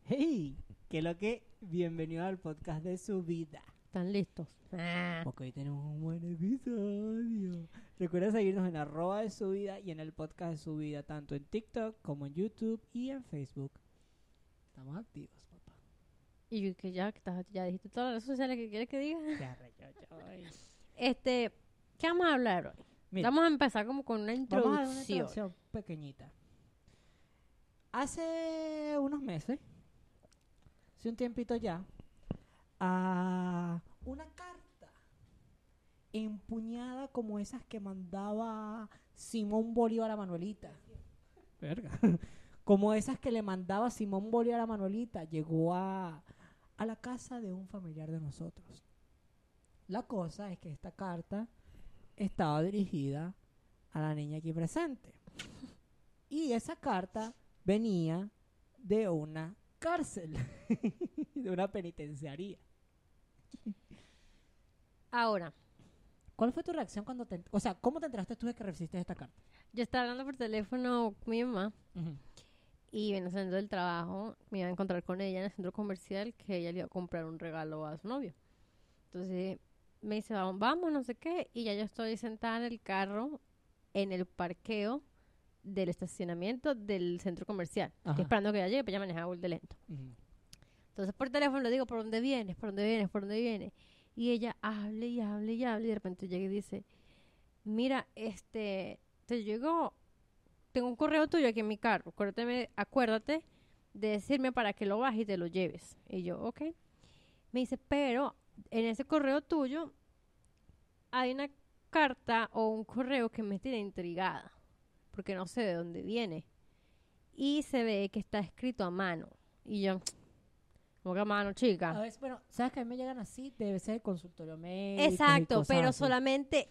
Hey, que lo que, bienvenido al podcast de su vida. ¿Están listos? Porque hoy tenemos un buen episodio. Recuerda seguirnos en @ de su vida y en el podcast de su vida, tanto en TikTok como en YouTube y en Facebook. Estamos activos, papá. Y yo que ya dijiste todas las redes sociales que quieres que diga. Ya, rechocho. ¿Qué vamos a hablar hoy? Mira, Vamos a empezar como con una vamos a dar una introducción. introducción pequeñita. Hace unos meses, hace un tiempito ya, a una carta empuñada como esas que mandaba Simón Bolívar a Manuelita. Verga. Como esas que le mandaba Simón Bolívar a Manuelita, llegó a la casa de un familiar de nosotros. La cosa es que esta carta estaba dirigida a la niña aquí presente. Y esa carta venía de una cárcel, de una penitenciaría. Ahora, ¿Cuál fue tu reacción cuando cómo te enteraste tú de que recibiste esta carta? yo estaba hablando por teléfono con mi mamá y venía saliendo del trabajo, me iba a encontrar con ella en el centro comercial que ella le iba a comprar un regalo a su novio. Entonces me dice, vamos, no sé qué, y ya yo estoy sentada en el carro, en el parqueo del estacionamiento del centro comercial. Ajá. Estoy esperando que ella llegue, pero ella maneja de lento. Entonces por teléfono le digo, ¿por dónde vienes? ¿Por dónde vienes? ¿Por dónde vienes? Y ella hable y hable y hable y de repente llega y dice, mira, te llegó, tengo un correo tuyo aquí en mi carro, acuérdate de decirme para que lo bajes y te lo lleves. Y yo, ok. Me dice, pero en ese correo tuyo hay una carta o un correo que me tiene intrigada, porque no sé de dónde viene. Y se ve que está escrito a mano. Y yo, ¿cómo que a mano, A chica? veces, bueno, sabes que a mí me llegan así, debe ser el consultorio médico. Exacto, pero así. solamente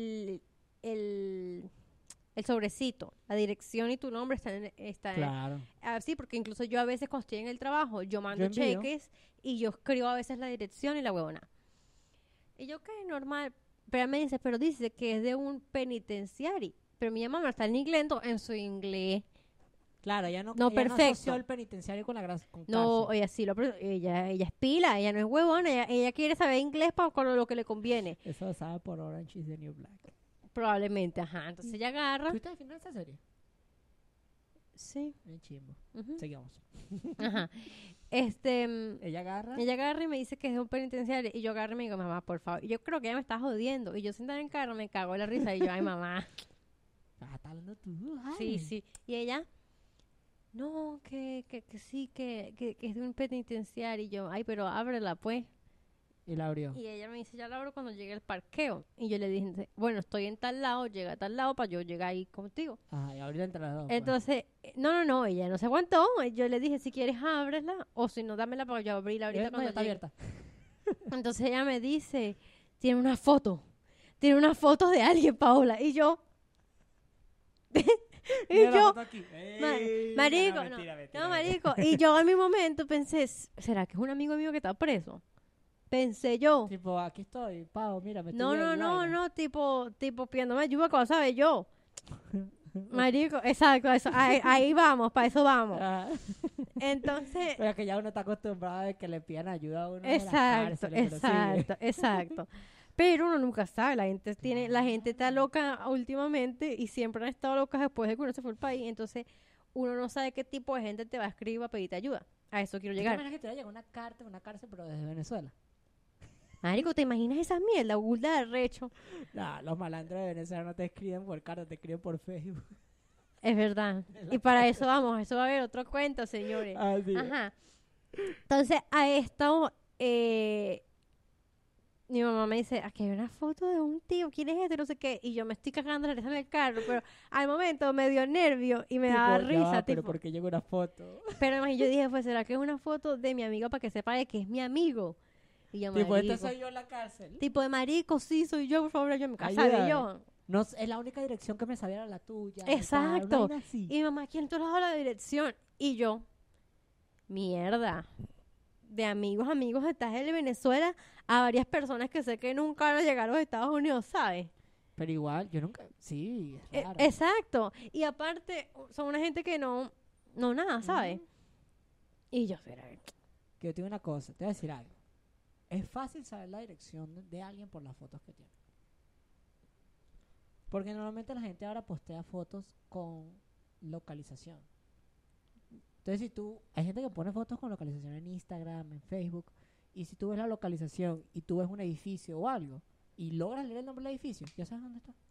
el sobrecito, la dirección y tu nombre está Claro. así, porque incluso yo a veces cuando estoy en el trabajo, yo mando envío. cheques y yo escribo a veces la dirección y la huevona. Y yo, ok, normal. Pero ella me dice, pero dice que es de un penitenciario. Pero mi mamá está en inglés, en su inglés. Claro, ella no, No, ella no perfecto. asoció el penitenciario con con No, cárcel. ella sí, ella es pila, ella no es huevona, ella quiere saber inglés con lo que le conviene. Eso lo sabe por Orange is the New Black. Probablemente, ajá. Entonces ella agarra. ¿Tuviste al final de esa serie? Sí. Bien chimbo. Ujú, Seguimos. ajá. Ella agarra. Ella agarra y me dice que es de un penitenciario. Y yo agarro y me digo, mamá, por favor. Y yo creo que ella me está jodiendo. Y yo sentada en el carro me cago en la risa. Y yo, ay, mamá. Ah, está hablando tú. Sí, sí. Y ella, no, que sí, que es de un penitenciario. Y yo, ay, pero ábrela, pues. Y la abrió. Y ella me dice, ya la abro cuando llegue al parqueo. Y yo le dije, bueno, estoy en tal lado, llega a tal lado para yo llegar ahí contigo. Ajá, y abrió entre las dos. pues. Entonces, no, ella no se aguantó. Yo le dije, si quieres, ábrela. O si no, dámela para yo abrirla ahorita No, cuando ya está llegue. abierta. Entonces ella me dice, tiene una foto de alguien, Paola. Y yo, y Mira la yo, foto aquí. Ey, marico, mentira, no, marico. Y yo en mi momento pensé, ¿será que es un amigo mío que está preso? Pensé yo. Tipo, aquí estoy, Pau, mira, me estoy No, viendo, vaina. tipo pidiéndome ayuda, cosa sabe yo. Marico, exacto, eso, ahí vamos, para eso vamos. Ajá. Entonces, Pero es que ya uno está acostumbrado a que le pidan ayuda a uno exacto, en las cárceles, pero sigue. exacto. Pero uno nunca sabe, la gente está loca últimamente y siempre han estado locas después de que uno se fue al país, entonces uno no sabe qué tipo de gente te va a escribir para pedirte ayuda. A eso quiero ¿Te llegar. imaginas que te va a llegar una carta en una cárcel, pero desde Venezuela? Marico, ¿te imaginas esa mierda? Burda de recho. No, los malandros de Venezuela no te escriben por carta, te escriben por Facebook. Es verdad. Y para eso vamos, eso va a haber otro cuento, señores. Así es. Ajá. Entonces, a esto, mi mamá me dice, aquí hay una foto de un tío, ¿quién es este? No sé qué. Y yo me estoy cagando la risa en el carro, pero al momento me dio nervio y me daba Tipo, ya risa, va, pero tipo. porque llegó una foto. Pero además yo dije, pues, ¿será que es una foto de mi amigo para que sepa de que es mi amigo? Y yo, Tipo, marico. esta soy yo en la cárcel. Tipo de marico, sí, soy yo, por favor, yo en mi casa Ayúdame. de yo. No, es la única dirección que me sabía era la tuya. Exacto. Una vaina así. Y mi mamá, ¿quién te lo ha dado la dirección? Y yo, mierda. De amigos, estás en Venezuela a varias personas que sé que nunca van a llegar a los Estados Unidos, ¿sabes? Pero igual, yo nunca... Sí, es raro. Exacto. Y aparte, son una gente que no nada, ¿sabes? Ujú. Y yo, espera, que yo tengo una cosa, te voy a decir algo. Es fácil saber la dirección de alguien por las fotos que tiene. Porque normalmente la gente ahora postea fotos con localización. Entonces, hay gente que pone fotos con localización en Instagram, en Facebook, y si tú ves la localización y tú ves un edificio o algo, y logras leer el nombre del edificio, ya sabes dónde está.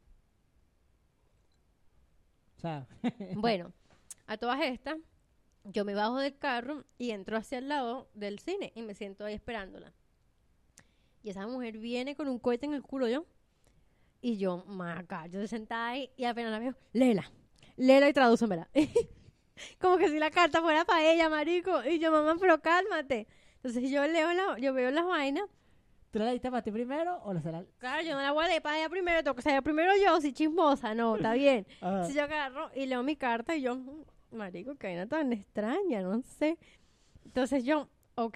O sea, bueno, a todas estas, yo me bajo del carro y entro hacia el lado del cine y me siento ahí esperándola. Y esa mujer viene con un cohete en el culo, yo. Y yo, maca, yo sentada ahí y apenas la veo, léela y tradúcemela. Como que si la carta fuera para ella, marico. Y yo, mamá, pero cálmate. Entonces yo veo las vainas. ¿Tú la leíste para ti primero o la será? Claro, yo no la voy a leer para ella primero, tengo que saber primero yo, si chismosa, no, está bien. Si yo agarro y leo mi carta y yo, marico, qué vaina tan extraña, no sé. Entonces yo, ok.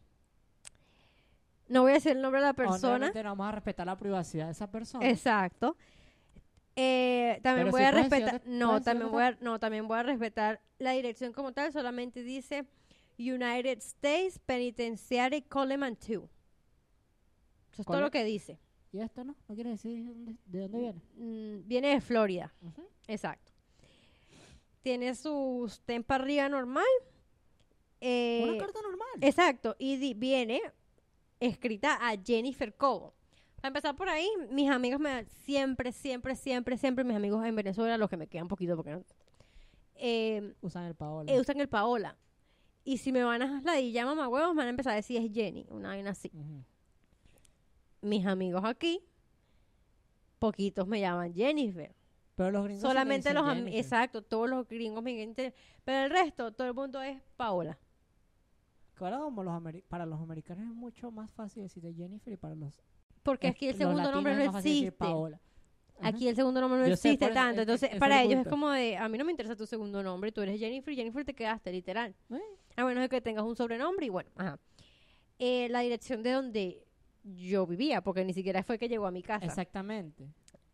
No voy a decir el nombre de la persona. No vamos a respetar la privacidad de esa persona. Exacto. También voy a respetar. También voy a respetar la dirección como tal. Solamente dice United States Penitentiary Coleman 2. Eso es todo lo que dice. ¿Y esto no? ¿No quiere decir de dónde viene? Viene de Florida. Exacto. Tiene su stamp arriba normal. Una carta normal. Exacto. Y viene escrita a Jennifer Cobo. Para empezar por ahí, mis amigos siempre, mis amigos en Venezuela, los que me quedan poquito porque no... usan el Paola. Usan el Paola. Y si me van a ladillar mamahuevos, me van a empezar a decir es Jenny, una vaina así. Mis amigos aquí, poquitos me llaman Jennifer. Pero los gringos solamente exacto, todos los gringos me dicen, pero el resto, todo el mundo es Paola. Claro, como para los americanos es mucho más fácil decir de Jennifer y para los... Porque aquí el segundo nombre no existe. Aquí el segundo nombre no existe tanto. Entonces, para ellos es como de, a mí no me interesa tu segundo nombre, tú eres Jennifer te quedaste, literal. A menos de que tengas un sobrenombre y bueno, la dirección de donde yo vivía, porque ni siquiera fue que llegó a mi casa. Exactamente.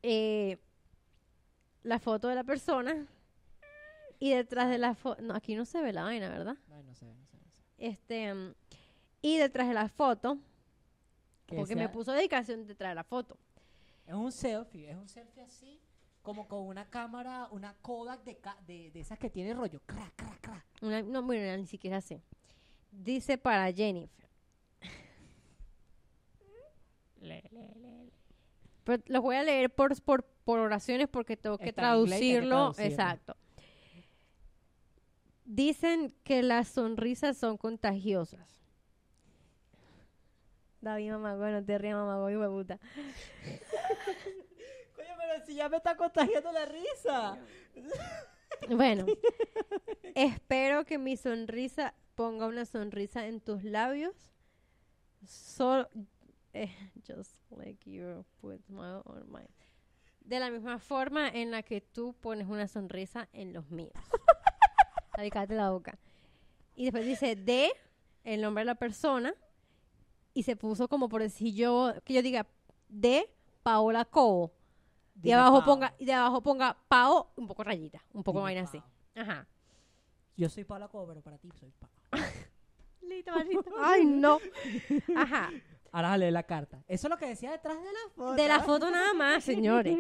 La foto de la persona y detrás de la foto... No, aquí no se ve la vaina, ¿verdad? No se ve. Y detrás de la foto, porque me puso dedicación detrás de la foto. Es un selfie así, como con una cámara, una Kodak de esas que tiene rollo. No, bueno, ni siquiera sé. Dice para Jennifer. Pero los voy a leer por oraciones porque tengo que traducirlo. Exacto. Dicen que las sonrisas son contagiosas. David, mamá, bueno, te rías, mamá, hijo de puta. Coño, pero si ya me está contagiando la risa. Bueno, espero que mi sonrisa ponga una sonrisa en tus labios. Just like you put my on my. De la misma forma en la que tú pones una sonrisa en los míos. Cállate la boca. Y después dice de el nombre de la persona y se puso como por decir que yo diga de Paola Cobo. Y de abajo ponga Pao, un poco rayita, un poco vaina así. Ajá. Yo soy Paola Cobo, pero para ti soy Pao. Listo. Ay, no. Ajá. Ahora lee la carta. Eso es lo que decía detrás de la foto. De la foto nada más, señores.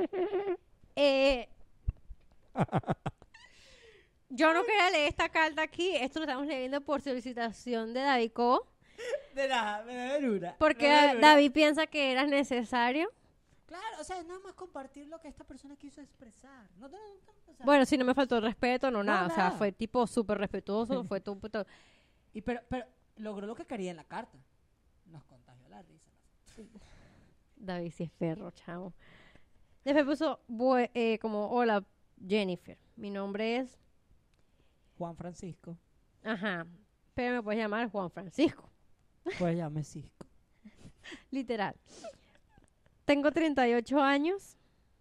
Yo no quería leer esta carta aquí. Esto lo estamos leyendo por solicitación de David Cobo. De nada, me da verura. Porque David piensa que era necesario. Claro, o sea, es nada más compartir lo que esta persona quiso expresar. O sea, bueno, si no me faltó respeto, nada. O sea, fue tipo súper respetuoso, fue todo. Pero logró lo que quería en la carta. Nos contagió la risa. David sí es perro, chavo. Después puso como, hola, Jennifer. Mi nombre es... Juan Francisco. Ajá. Pero me puedes llamar Juan Francisco. Puedes llamarme Cisco. Literal. Tengo 38 años.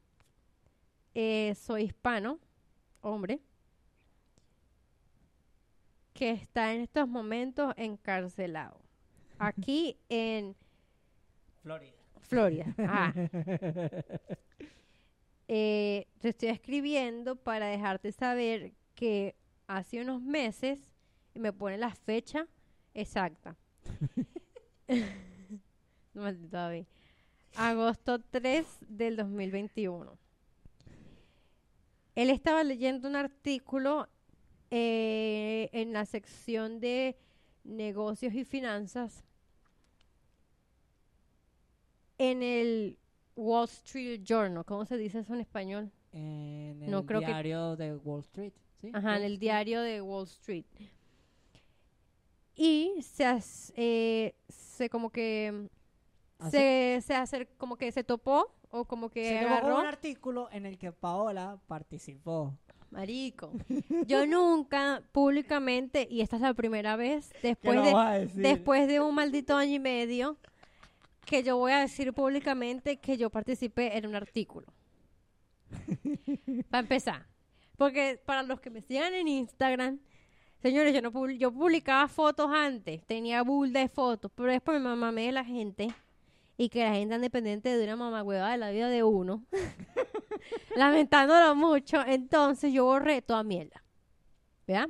Soy hispano, hombre, que está en estos momentos encarcelado. Aquí en... Florida. Te estoy escribiendo para dejarte saber que hace unos meses y me pone la fecha exacta. No, maldito David. Agosto 3 del 2021. Él estaba leyendo un artículo en la sección de negocios y finanzas en el Wall Street Journal. ¿Cómo se dice eso en español? En el diario de Wall Street. ¿Sí? Ajá, en el diario de Wall Street. Y se como que como que se topó o como que agarró un artículo en el que Paola participó. Marico, yo nunca públicamente, y esta es la primera vez después de un maldito año y medio, que yo voy a decir públicamente que yo participé en un artículo. Para empezar. Porque para los que me sigan en Instagram, señores, yo publicaba fotos antes, tenía bull de fotos, pero después me mamé de la gente y que la gente ande pendiente de una mamagüeva de la vida de uno, lamentándolo mucho, entonces yo borré toda mierda, ¿verdad?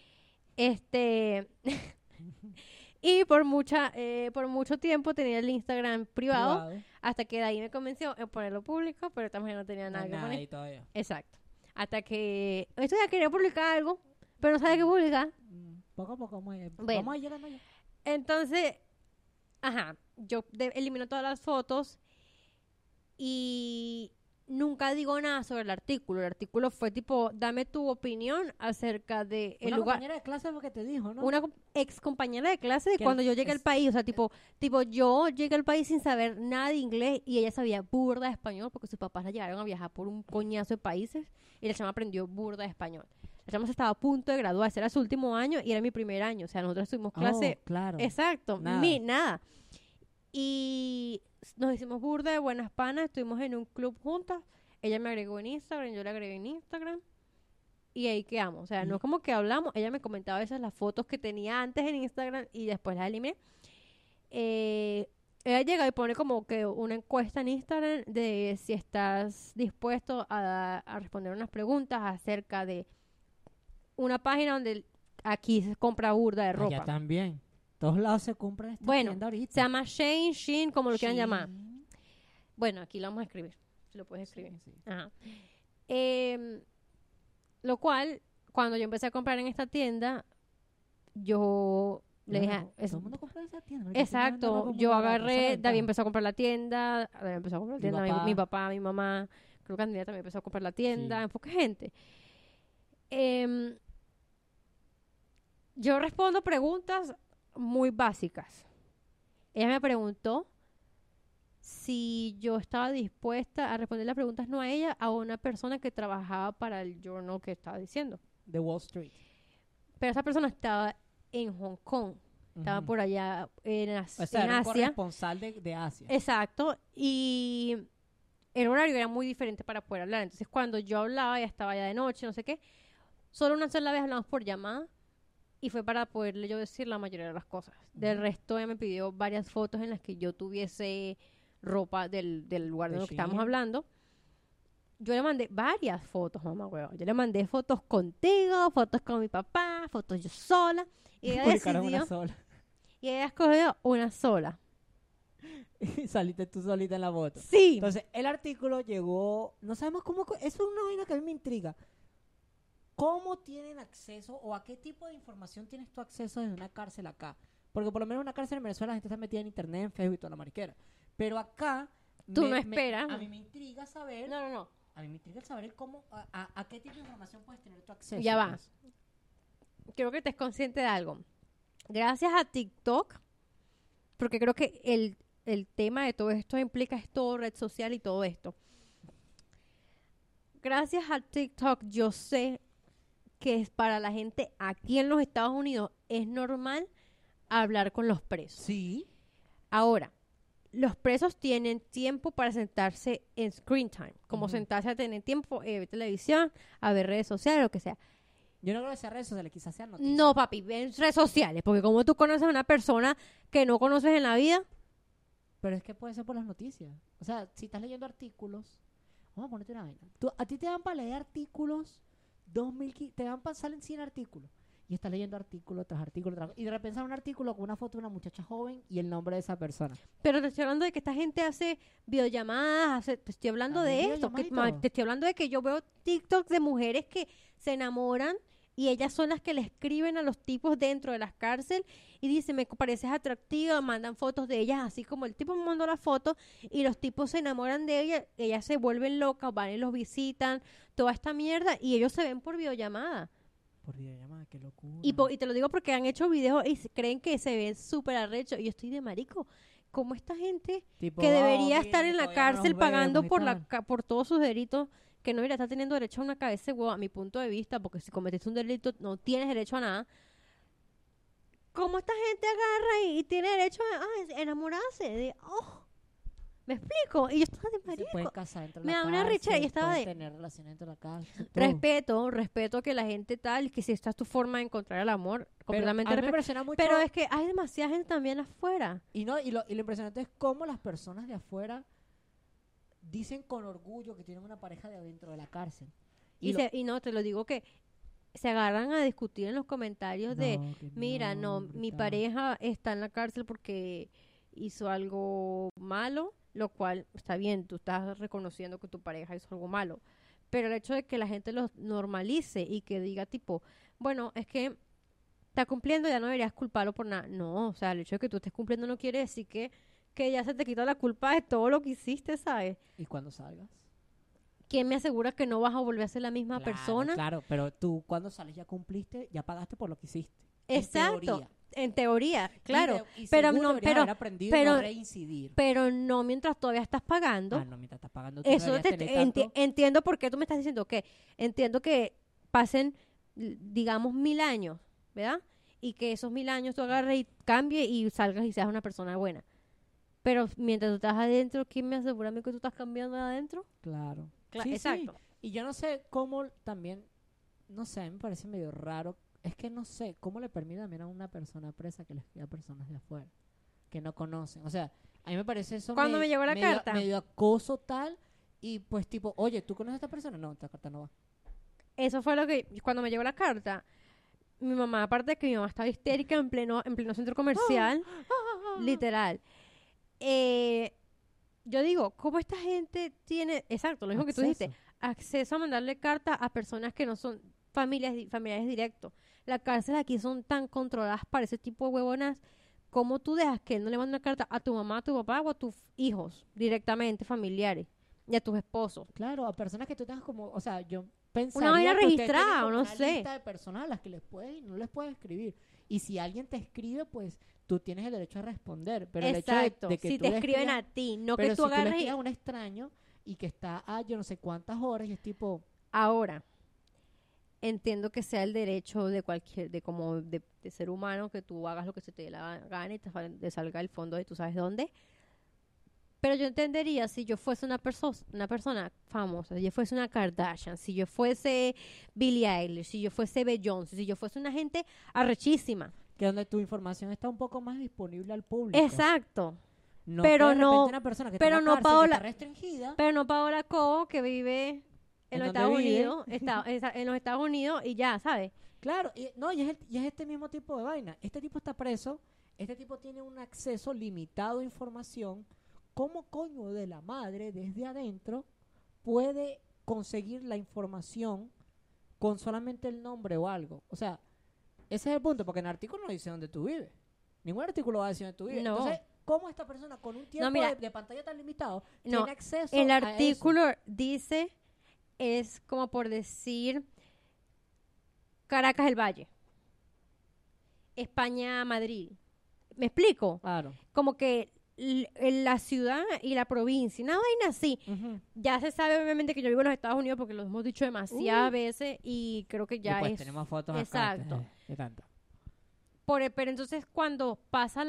Y por mucho tiempo tenía el Instagram privado, hasta que de ahí me convenció en ponerlo público, pero también no tenía nada que poner. Todavía. Exacto. Hasta que esto ya quería publicar algo, pero no sabía qué publicar. Poco a poco vamos a llegando allá. Entonces, yo elimino todas las fotos y nunca digo nada sobre el artículo. El artículo fue tipo, dame tu opinión acerca de el lugar. Una compañera de clase fue que te dijo, ¿no? Una ex compañera de clase de cuando yo llegué al país. O sea, tipo yo llegué al país sin saber nada de inglés y ella sabía burda de español porque sus papás la llevaron a viajar por un coñazo de países y la chama aprendió burda de español. La chama estaba a punto de graduarse, era su último año y era mi primer año. O sea, nosotros tuvimos clase. Claro. Exacto. Nada. Y nos hicimos burda de buenas panas, estuvimos en un club juntas. Ella me agregó en Instagram, yo la agregué en Instagram. Y ahí quedamos. O sea, no es como que hablamos. Ella me comentaba a veces las fotos que tenía antes en Instagram y después las eliminé. Ella llega y pone como que una encuesta en Instagram de si estás dispuesto a responder unas preguntas acerca de una página donde aquí se compra burda de ropa. Allá también. Todos lados se compran esta tienda ahorita. Se llama Shein, como lo quieran llamar. Bueno, aquí lo vamos a escribir. Si lo puedes escribir. Sí. Ajá. Lo cual, cuando yo empecé a comprar en esta tienda, yo le dije... Todo el mundo compra en esa tienda. Exacto. Yo agarré, David empezó a comprar la tienda, mi papá, mi mamá, creo que Andrea también empezó a comprar la tienda, enfoque gente. Yo respondo preguntas muy básicas. Ella me preguntó si yo estaba dispuesta a responder las preguntas, no a ella, a una persona que trabajaba para el journal que estaba diciendo. De Wall Street. Pero esa persona estaba en Hong Kong. Estaba por allá en Asia. O sea, era un corresponsal de Asia. Exacto. Y el horario era muy diferente para poder hablar. Entonces, cuando yo hablaba, ya estaba ya de noche, no sé qué. Solo una sola vez hablamos por llamada. Y fue para poderle yo decir la mayoría de las cosas. Del resto, ella me pidió varias fotos en las que yo tuviese ropa del lugar de lo que estábamos hablando. Yo le mandé varias fotos, mamá huevo. Yo le mandé fotos contigo, fotos con mi papá, fotos yo sola. Y ella decidió, una sola. Y ella escogió una sola. Y saliste tú solita en la foto. Sí. Entonces, el artículo llegó... No sabemos cómo... Eso es una vaina que a mí me intriga. ¿Cómo tienen acceso o a qué tipo de información tienes tú acceso desde una cárcel acá? Porque por lo menos en una cárcel en Venezuela la gente está metida en internet, en Facebook y toda la mariquera. Pero acá... Tú no esperas. A mí me intriga saber... No. A mí me intriga saber cómo... A qué tipo de información puedes tener tu acceso. Ya va. Quiero que estés consciente de algo. Gracias a TikTok, porque creo que el tema de todo esto implica es todo red social y todo esto. Gracias a TikTok yo sé que es para la gente aquí en los Estados Unidos es normal hablar con los presos. Sí. Ahora, los presos tienen tiempo para sentarse en screen time, como sentarse a tener tiempo, ver televisión, a ver redes sociales, lo que sea. Yo no creo que sea redes sociales, quizás sean noticias. No, papi, ven redes sociales, porque como tú conoces a una persona que no conoces en la vida. Pero es que puede ser por las noticias. O sea, si estás leyendo artículos, vamos a ponerte una vaina. A ti te dan para leer artículos, salen 100 artículos. y está leyendo artículo tras artículo y de repente sale un artículo con una foto de una muchacha joven y el nombre de esa persona. Pero te estoy hablando de que esta gente hace videollamadas, te estoy hablando de esto, te estoy hablando de que yo veo TikTok de mujeres que se enamoran y ellas son las que le escriben a los tipos dentro de las cárceles y dicen, me pareces atractiva, mandan fotos de ellas, así como el tipo me mandó la foto y los tipos se enamoran de ella, ellas se vuelven locas, van y los visitan, toda esta mierda, y ellos se ven por videollamada. Por videollamada, qué locura. Y te lo digo porque han hecho videos y creen que se ven súper arrecho. Y yo estoy de marico. Como esta gente tipo, que debería estar en la cárcel pagando por todos sus delitos, que no debería estar teniendo derecho a una cabeza de huevo, a mi punto de vista, porque si cometiste un delito no tienes derecho a nada. ¿Cómo esta gente agarra y tiene derecho a enamorarse? De, ¿me explico? Y yo estaba de marico. Se pueden casar dentro de me la da cárcel, una richera y estaba de tener relaciones dentro de la cárcel. Respeto que la gente tal, que si esta es tu forma de encontrar el amor, completamente respeto. Pero es que hay demasiada gente también afuera. Y lo impresionante es cómo las personas de afuera dicen con orgullo que tienen una pareja de adentro de la cárcel. Y no, te lo digo que se agarran a discutir en los comentarios mi pareja está en la cárcel porque hizo algo malo, lo cual está bien, tú estás reconociendo que tu pareja hizo algo malo, pero el hecho de que la gente lo normalice y que diga tipo, bueno, es que está cumpliendo, ya no deberías culparlo por nada. No, o sea, el hecho de que tú estés cumpliendo no quiere decir que ya se te quita la culpa de todo lo que hiciste, ¿sabes? ¿Y cuando salgas? ¿Quién me asegura que no vas a volver a ser la misma persona? Claro, pero tú cuando sales ya cumpliste, ya pagaste por lo que hiciste. Exacto. En teoría, claro, y pero haber aprendido no reincidir. Pero no mientras todavía estás pagando. No mientras estás pagando. Eso entiendo por qué tú me estás diciendo que entiendo que pasen, digamos, 1000 años, ¿verdad? Y que esos 1000 años tú agarres y cambies y salgas y seas una persona buena. Pero mientras tú estás adentro, ¿quién me asegura a mí que tú estás cambiando de adentro? Claro. Sí, exacto. Sí. Y yo no sé cómo también, no sé, me parece medio raro. Es que no sé cómo le permite también a una persona presa que le escriba a personas de afuera que no conocen. O sea, a mí me parece eso cuando me llegó la carta medio acoso tal y pues tipo, oye, ¿tú conoces a esta persona? No, esta carta no va. Eso fue lo que, cuando me llegó la carta, mi mamá, aparte de que mi mamá estaba histérica en pleno centro comercial, literal. Yo digo, ¿cómo esta gente tiene, exacto, lo mismo que tú dijiste, acceso a mandarle cartas a personas que no son familiares directos? Las cárceles aquí son tan controladas para ese tipo de huevonas. ¿Cómo tú dejas que él no le mande una carta a tu mamá, a tu papá o a tus hijos directamente, familiares, y a tus esposos? Claro, a personas que tú tengas como, o sea, yo pensaría una vaina que registrada, o no una sé, lista de personas a las que no les puedes escribir. Y si alguien te escribe, pues tú tienes el derecho a responder. Pero exacto, el hecho de que si tú te escriben a ti, no que tú agarres. Pero si tú le escribes a un extraño y que está a yo no sé cuántas horas y es tipo. Ahora, entiendo que sea el derecho de cualquier, de ser humano, que tú hagas lo que se te dé la gana y te salga el fondo de tú sabes dónde. Pero yo entendería si yo fuese una persona famosa, si yo fuese una Kardashian, si yo fuese Billie Eilish, si yo fuese Beyoncé, si yo fuese una gente arrechísima. Que donde tu información está un poco más disponible al público. Exacto. No pero que de repente una persona que está en la cárcel, Paola, que está restringida. Pero no Paola Cobo, que vive en los Estados Unidos, en los Estados Unidos y ya, ¿sabes? Claro, y es este mismo tipo de vaina. Este tipo está preso, este tipo tiene un acceso limitado a información. ¿Cómo coño de la madre desde adentro puede conseguir la información con solamente el nombre o algo? O sea, ese es el punto, porque en el artículo no dice dónde tú vives. Ningún artículo va a decir dónde tú vives. No. Entonces, ¿cómo esta persona con un tiempo de pantalla tan limitado tiene acceso a eso? El artículo dice, es como por decir, Caracas el Valle, España Madrid. ¿Me explico? Claro. Como que la ciudad y la provincia, una vaina así. Uh-huh. Ya se sabe obviamente que yo vivo en los Estados Unidos porque lo hemos dicho demasiadas veces y creo que ya y pues tenemos fotos exacto. Acá. ¿Qué tanto? Pero entonces cuando pasa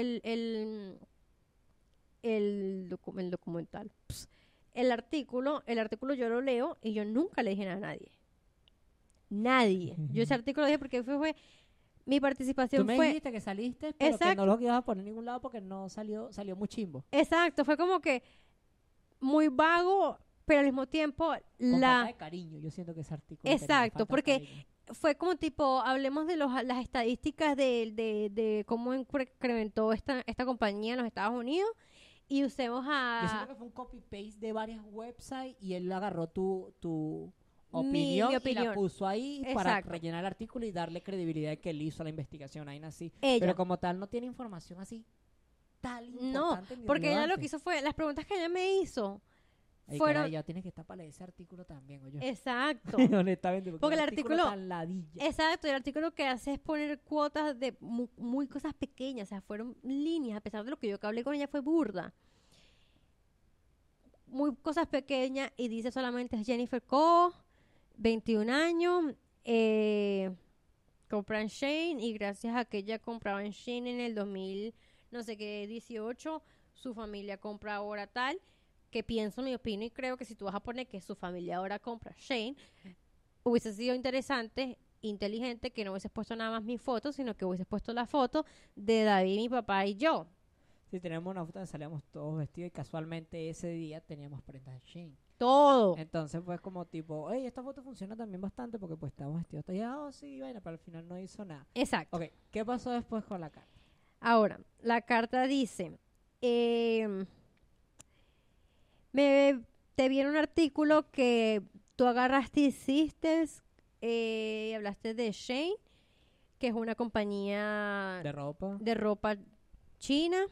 el documental, el artículo yo lo leo y yo nunca le dije nada a nadie. Nadie. Yo ese artículo lo dije porque fue mi participación. Tú me dijiste que saliste, pero exacto, que no lo ibas a poner en ningún lado porque no salió muy chimbo. Exacto, fue como que muy vago, pero al mismo tiempo con falta de cariño, yo siento que ese artículo exacto, porque fue como tipo, hablemos de las estadísticas de cómo incrementó esta compañía en los Estados Unidos y usemos Yo siento que fue un copy-paste de varias websites y él agarró tu opinión, mi opinión y la puso ahí Exacto. para rellenar el artículo y darle credibilidad de que él hizo la investigación. Ahí así. Ella. Pero como tal no tiene información así tal importante. No, porque ella lo que hizo fue, las preguntas que ella me hizo fueron... Caray, ya tienes que estar para leer ese artículo también, oye. Exacto. Honestamente, porque el artículo tan ladilla. Exacto, el artículo que hace es poner cuotas de muy cosas pequeñas, o sea, fueron líneas, a pesar de lo que yo que hablé con ella fue burda. Muy cosas pequeñas y dice solamente es Jennifer Coe, 21 años, compra en Shein y gracias a que ella compraba en Shein en el 2000, no sé qué, 18, su familia compra ahora tal, que pienso, mi opinión, y creo que si tú vas a poner que su familia ahora compra Shein, hubiese sido interesante, inteligente, que no hubieses puesto nada más mi foto, sino que hubieses puesto la foto de David, mi papá y yo. Sí, tenemos una foto donde salíamos todos vestidos y casualmente ese día teníamos prendas de Shein. Todo. Entonces fue como tipo, oye, esta foto funciona también bastante porque pues estábamos vestidos todos. Y sí, bueno, pero al final no hizo nada. Exacto. Ok, ¿qué pasó después con la carta? Ahora, la carta dice, te viene un artículo que tú agarraste y hiciste, hablaste de Shein, que es una compañía de ropa china.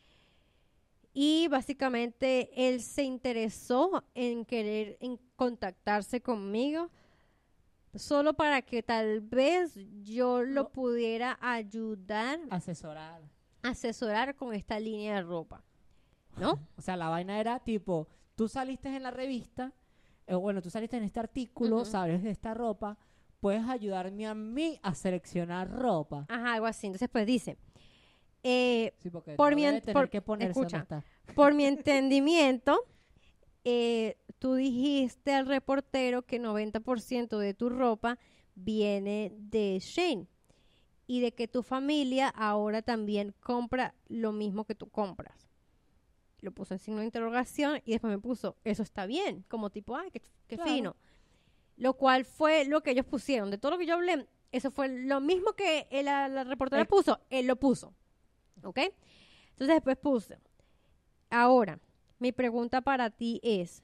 Y básicamente él se interesó en querer contactarse conmigo solo para que tal vez yo lo pudiera ayudar, asesorar con esta línea de ropa, ¿no? O sea, la vaina era tipo, tú saliste en la revista, tú saliste en este artículo, sabes de esta ropa, puedes ayudarme a mí a seleccionar ropa. Ajá, algo así. Entonces pues dice... sí, porque por no debe tener que ponerse escucha, por mi entendimiento, tú dijiste al reportero que 90% de tu ropa viene de Shein y de que tu familia ahora también compra lo mismo que tú compras. Lo puso en signo de interrogación y después me puso, eso está bien, como tipo, ay, qué claro. fino. Lo cual fue lo que ellos pusieron. De todo lo que yo hablé, eso fue lo mismo que la reportera puso, él lo puso. ¿Ok? Entonces después puse. Ahora, mi pregunta para ti es,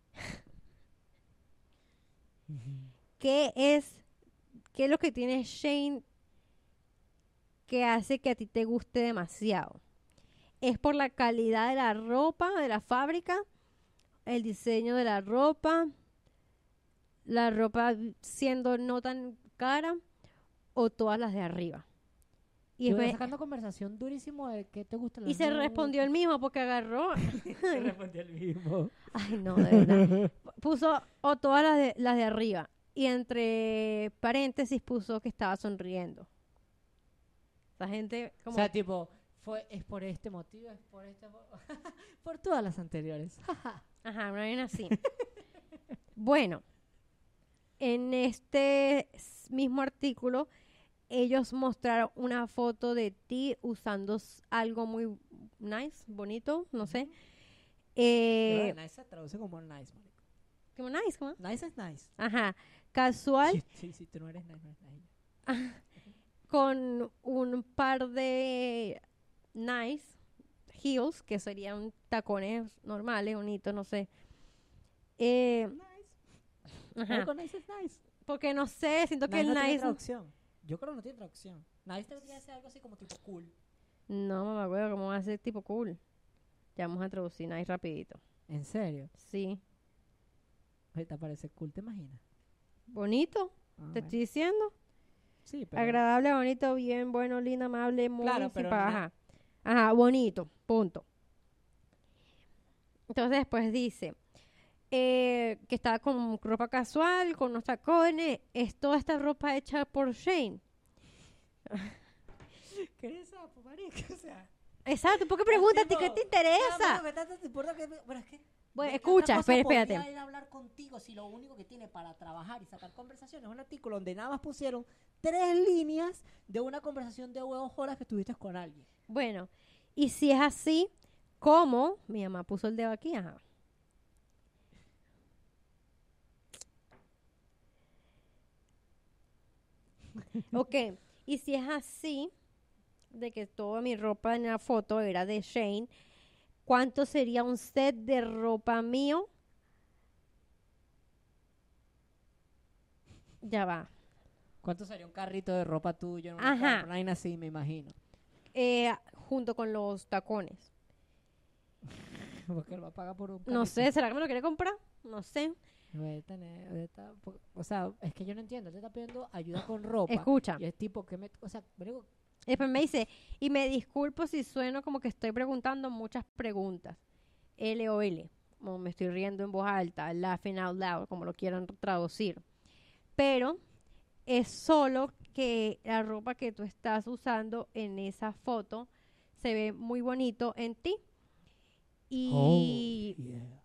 ¿qué es lo que tiene Shein que hace que a ti te guste demasiado? ¿Es por la calidad de la ropa, de la fábrica? ¿El diseño de la ropa siendo no tan cara? ¿O todas las de arriba? Y yo sacando conversación durísimo de qué te gusta. Y se respondió el mismo porque agarró. Se respondió el mismo. Ay, no, de verdad. Puso o todas las de arriba. Y entre paréntesis puso que estaba sonriendo. Esa gente como... O sea, tipo, es por este motivo, es por este... por todas las anteriores. Ajá, no hay una así. Bueno, en este mismo artículo... ellos mostraron una foto de ti usando algo muy nice, bonito, no sé. Nice se traduce como nice, marico. ¿Como nice? ¿Cómo? Nice es nice. Ajá. Casual. Sí, tú no eres nice, no eres nice. Con un par de nice heels, que serían tacones normales, bonitos, no sé. Nice. Ajá. Con nice es nice. Porque no sé, siento que el no nice... tiene traducción. Yo creo que no tiene traducción. Nice tendría que ser algo así como tipo cool. No, mamá, güey, ¿cómo va a ser tipo cool? Ya vamos a traducir nice rapidito. ¿En serio? Sí. Ahorita parece cool, ¿te imaginas? Bonito, te estoy diciendo. Sí, pero... agradable, bonito, bien, bueno, lindo, amable, muy pero ajá, bonito, punto. Entonces después dice que estaba con ropa casual, con unos tacones, es toda esta ropa hecha por Shein. ¿Qué es sapo, marica? O sea... Exacto, ¿por qué preguntas? ¿Qué te interesa? Pero es que... Bueno, escucha, espérate. Ir a hablar contigo si lo único que tiene para trabajar y sacar conversaciones es un artículo donde nada más pusieron 3 líneas de una conversación de 2 horas que tuviste con alguien. Bueno, y si es así, ¿cómo? Mi mamá puso el dedo aquí, ajá. Ok, y si es así, de que toda mi ropa en la foto era de Shane, ¿cuánto sería un set de ropa mío? Ya va. ¿Cuánto sería un carrito de ropa tuyo en una Ajá. vaina así, me imagino? Junto con los tacones. Porque él va a pagar por un carrito. No sé, ¿será que me lo quiere comprar? No sé. O sea, es que yo no entiendo. Él te está pidiendo ayuda con ropa. Escucha. Y es tipo que o sea, Después me dice, y me disculpo si sueno como que estoy preguntando muchas preguntas. LOL, como me estoy riendo en voz alta, laughing out loud, como lo quieran traducir. Pero es solo que la ropa que tú estás usando en esa foto se ve muy bonito en ti. Y,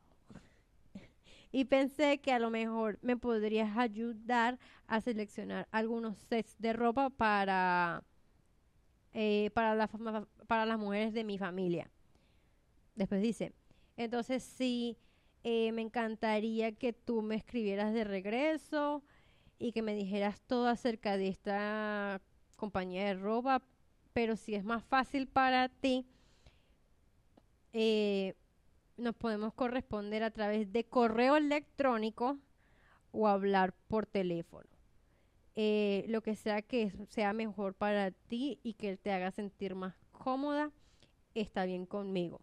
y pensé que a lo mejor me podrías ayudar a seleccionar algunos sets de ropa para las mujeres de mi familia. Después dice, entonces sí, me encantaría que tú me escribieras de regreso y que me dijeras todo acerca de esta compañía de ropa, pero si es más fácil para ti, nos podemos corresponder a través de correo electrónico o hablar por teléfono. Lo que sea que sea mejor para ti y que te haga sentir más cómoda, está bien conmigo.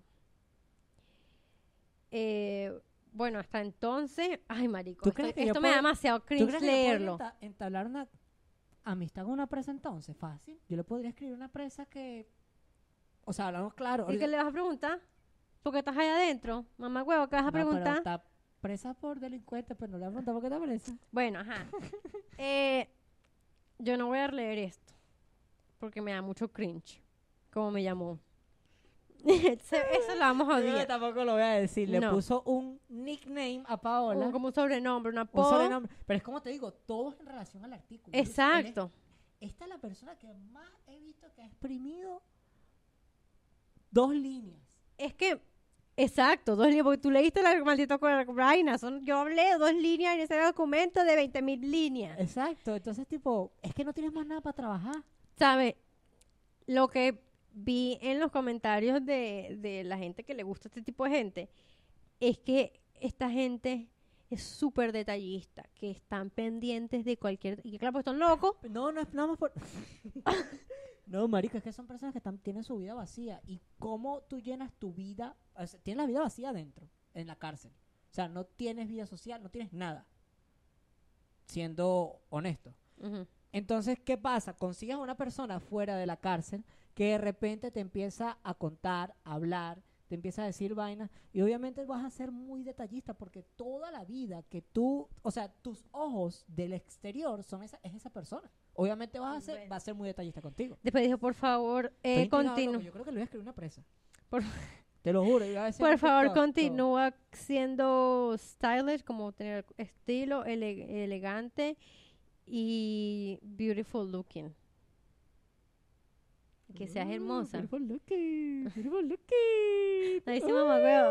Bueno, hasta entonces, ay, marico, esto me da demasiado cringe leerlo. Entablar una amistad con una presa entonces, fácil. Yo le podría escribir una presa que, o sea, hablamos claro. ¿Y qué le vas a preguntar? ¿Por qué estás allá adentro? Mamá huevo, ¿qué vas a preguntar? Pero está presa por delincuente, pero no le vas a preguntar por qué está presa. Bueno, ajá. Yo no voy a leer esto porque me da mucho cringe. Como me llamó. Eso lo vamos a odiar. Yo tampoco lo voy a decir. Le puso un nickname a Paola. Como un sobrenombre, un apodo. Un sobrenombre. Pero es como te digo, todo es en relación al artículo. Exacto. Esta es la persona que más he visto que ha exprimido 2 líneas. Es que, exacto, 2 líneas, porque tú leíste la maldita vaina. Yo hablé 2 líneas en ese documento de 20,000 líneas. Exacto, entonces tipo, es que no tienes más nada para trabajar. ¿Sabes? Lo que vi en los comentarios de la gente que le gusta este tipo de gente es que esta gente es súper detallista, que están pendientes de cualquier... Y claro, pues están locos. No es nada más por... No, marico, es que son personas que tienen su vida vacía. ¿Y cómo tú llenas tu vida? O sea, tienes la vida vacía adentro, en la cárcel. O sea, no tienes vida social, no tienes nada. Siendo honesto. Uh-huh. Entonces, ¿qué pasa? Consigues a una persona fuera de la cárcel que de repente te empieza a contar, a hablar, te empieza a decir vainas, y obviamente vas a ser muy detallista porque toda la vida que tú, o sea, tus ojos del exterior es esa persona. Obviamente va a ser muy detallista contigo. Después dijo, por favor, continúa. Yo creo que le voy a escribir una presa. Te lo juro. Por favor, continúa siendo stylish, como tener estilo elegante y beautiful looking. Que seas hermosa. Beautiful looking. Ahí sí, mamá, veo.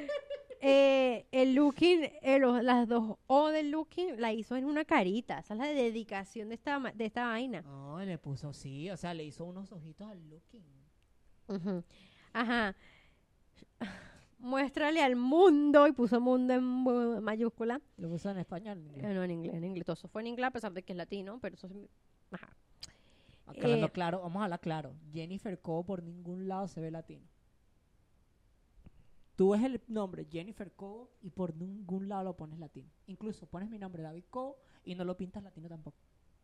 El looking, las 2 O del looking la hizo en una carita. Esa es la dedicación de esta vaina. No, le puso, sí, o sea, le hizo unos ojitos al looking. Uh-huh. Ajá. Muéstrale al mundo, y puso mundo en mayúscula. Lo puso en español. No, en inglés. Todo eso fue en inglés, a pesar de que es latino, pero eso es... Ajá. Hablando claro, vamos a hablar claro. Jennifer Coe por ningún lado se ve latino. Tú ves el nombre Jennifer Coe y por ningún lado lo pones latino. Incluso pones mi nombre David Coe y no lo pintas latino tampoco.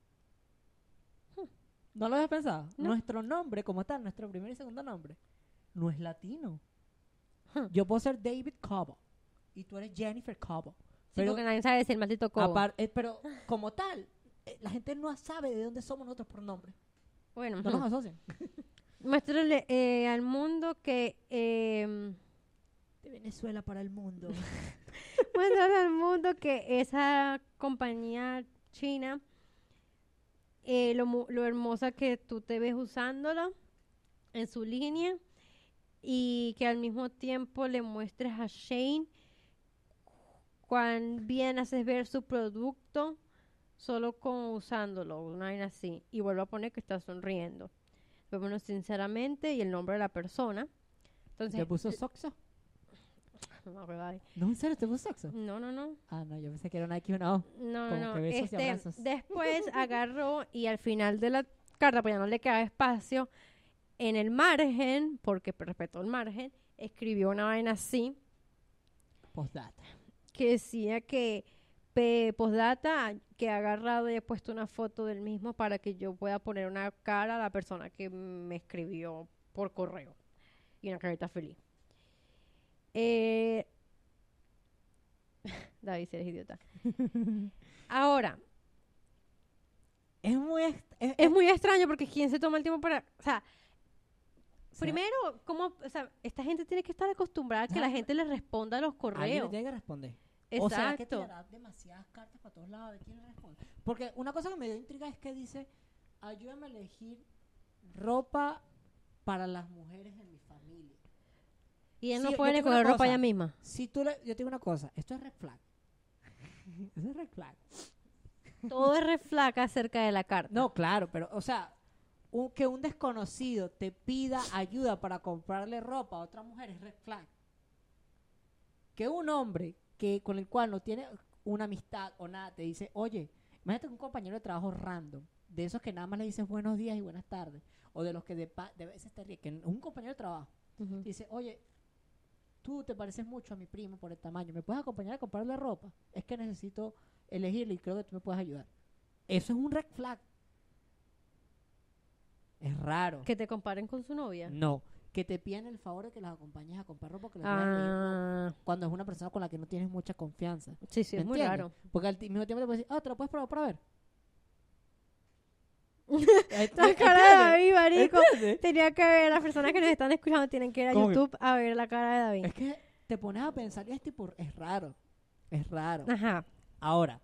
¿No lo habías pensado? No. Nuestro nombre, como tal, nuestro primer y segundo nombre, no es latino. Yo puedo ser David Cobo y tú eres Jennifer Cobo. Sí, porque nadie sabe decir maldito Cobo. Pero como tal, la gente no sabe de dónde somos nosotros por nombre. Bueno, no nos asocian. Muéstrale al mundo que... de Venezuela para el mundo. Muéstrale al mundo que esa compañía china, lo hermosa que tú te ves usándola en su línea, y que al mismo tiempo le muestres a Shane cuán bien haces ver su producto, solo con usándolo, una vaina así, y vuelvo a poner que está sonriendo. Pero bueno, sinceramente, y el nombre de la persona. Entonces, ¿Te puso Soxo? no, ¿verdad? No, ¿en serio te puso Soxo? No. Ah, no, yo pensé que era una X, una O. No. Que besos y abrazos. Después agarró y al final de la carta, pues ya no le quedaba espacio, en el margen, porque respetó el margen, escribió una vaina así, Postdata. que decía que postdata, que ha agarrado y he puesto una foto del mismo para que yo pueda poner una cara a la persona que me escribió por correo. Y una carita feliz. David, si eres idiota. Ahora, Es muy... es muy extraño porque ¿quién se toma el tiempo para...? O sea, primero, ¿cómo? O sea, esta gente tiene que estar acostumbrada a que la gente le responda a los alguien le correos. tiene que responder. Exacto. O sea, que tirará demasiadas cartas para todos lados. A ver quién le responde. Porque una cosa que me dio intriga es que dice, ayúdame a elegir ropa para las mujeres de mi familia. Y él Sí, no puede yo ni tengo una coger ropa cosa. ella misma. Si tú le, yo te digo una cosa, esto es red flag. Eso es red flag. Todo es red flag acerca de la carta. No, claro, pero, o sea, que un desconocido te pida ayuda para comprarle ropa a otra mujer es red flag. Que un hombre que con el cual no tiene una amistad o nada te dice, oye, imagínate que un compañero de trabajo random, de esos que nada más le dices buenos días y buenas tardes, o de los que de veces te ríes, que un compañero de trabajo Uh-huh. dice, oye, tú te pareces mucho a mi primo por el tamaño, ¿me puedes acompañar a comprarle ropa? Es que necesito elegirle y creo que tú me puedes ayudar. Eso es un red flag. Es raro. Que te comparen con su novia. No, que te pidan el favor de que los acompañes a comprar ropa, que le puedas elegir ropa, cuando es una persona con la que no tienes mucha confianza. Sí, es muy raro. Porque al mismo tiempo te puedes decir, te lo puedes probar para ver. La cara de David, marico. ¿Entiendes? Tenía que ver, las personas que nos están escuchando tienen que ir a ¿Cómo que? YouTube a ver la cara de David. Es que te pones a pensar y es tipo, es raro. Es raro. Ajá. Ahora,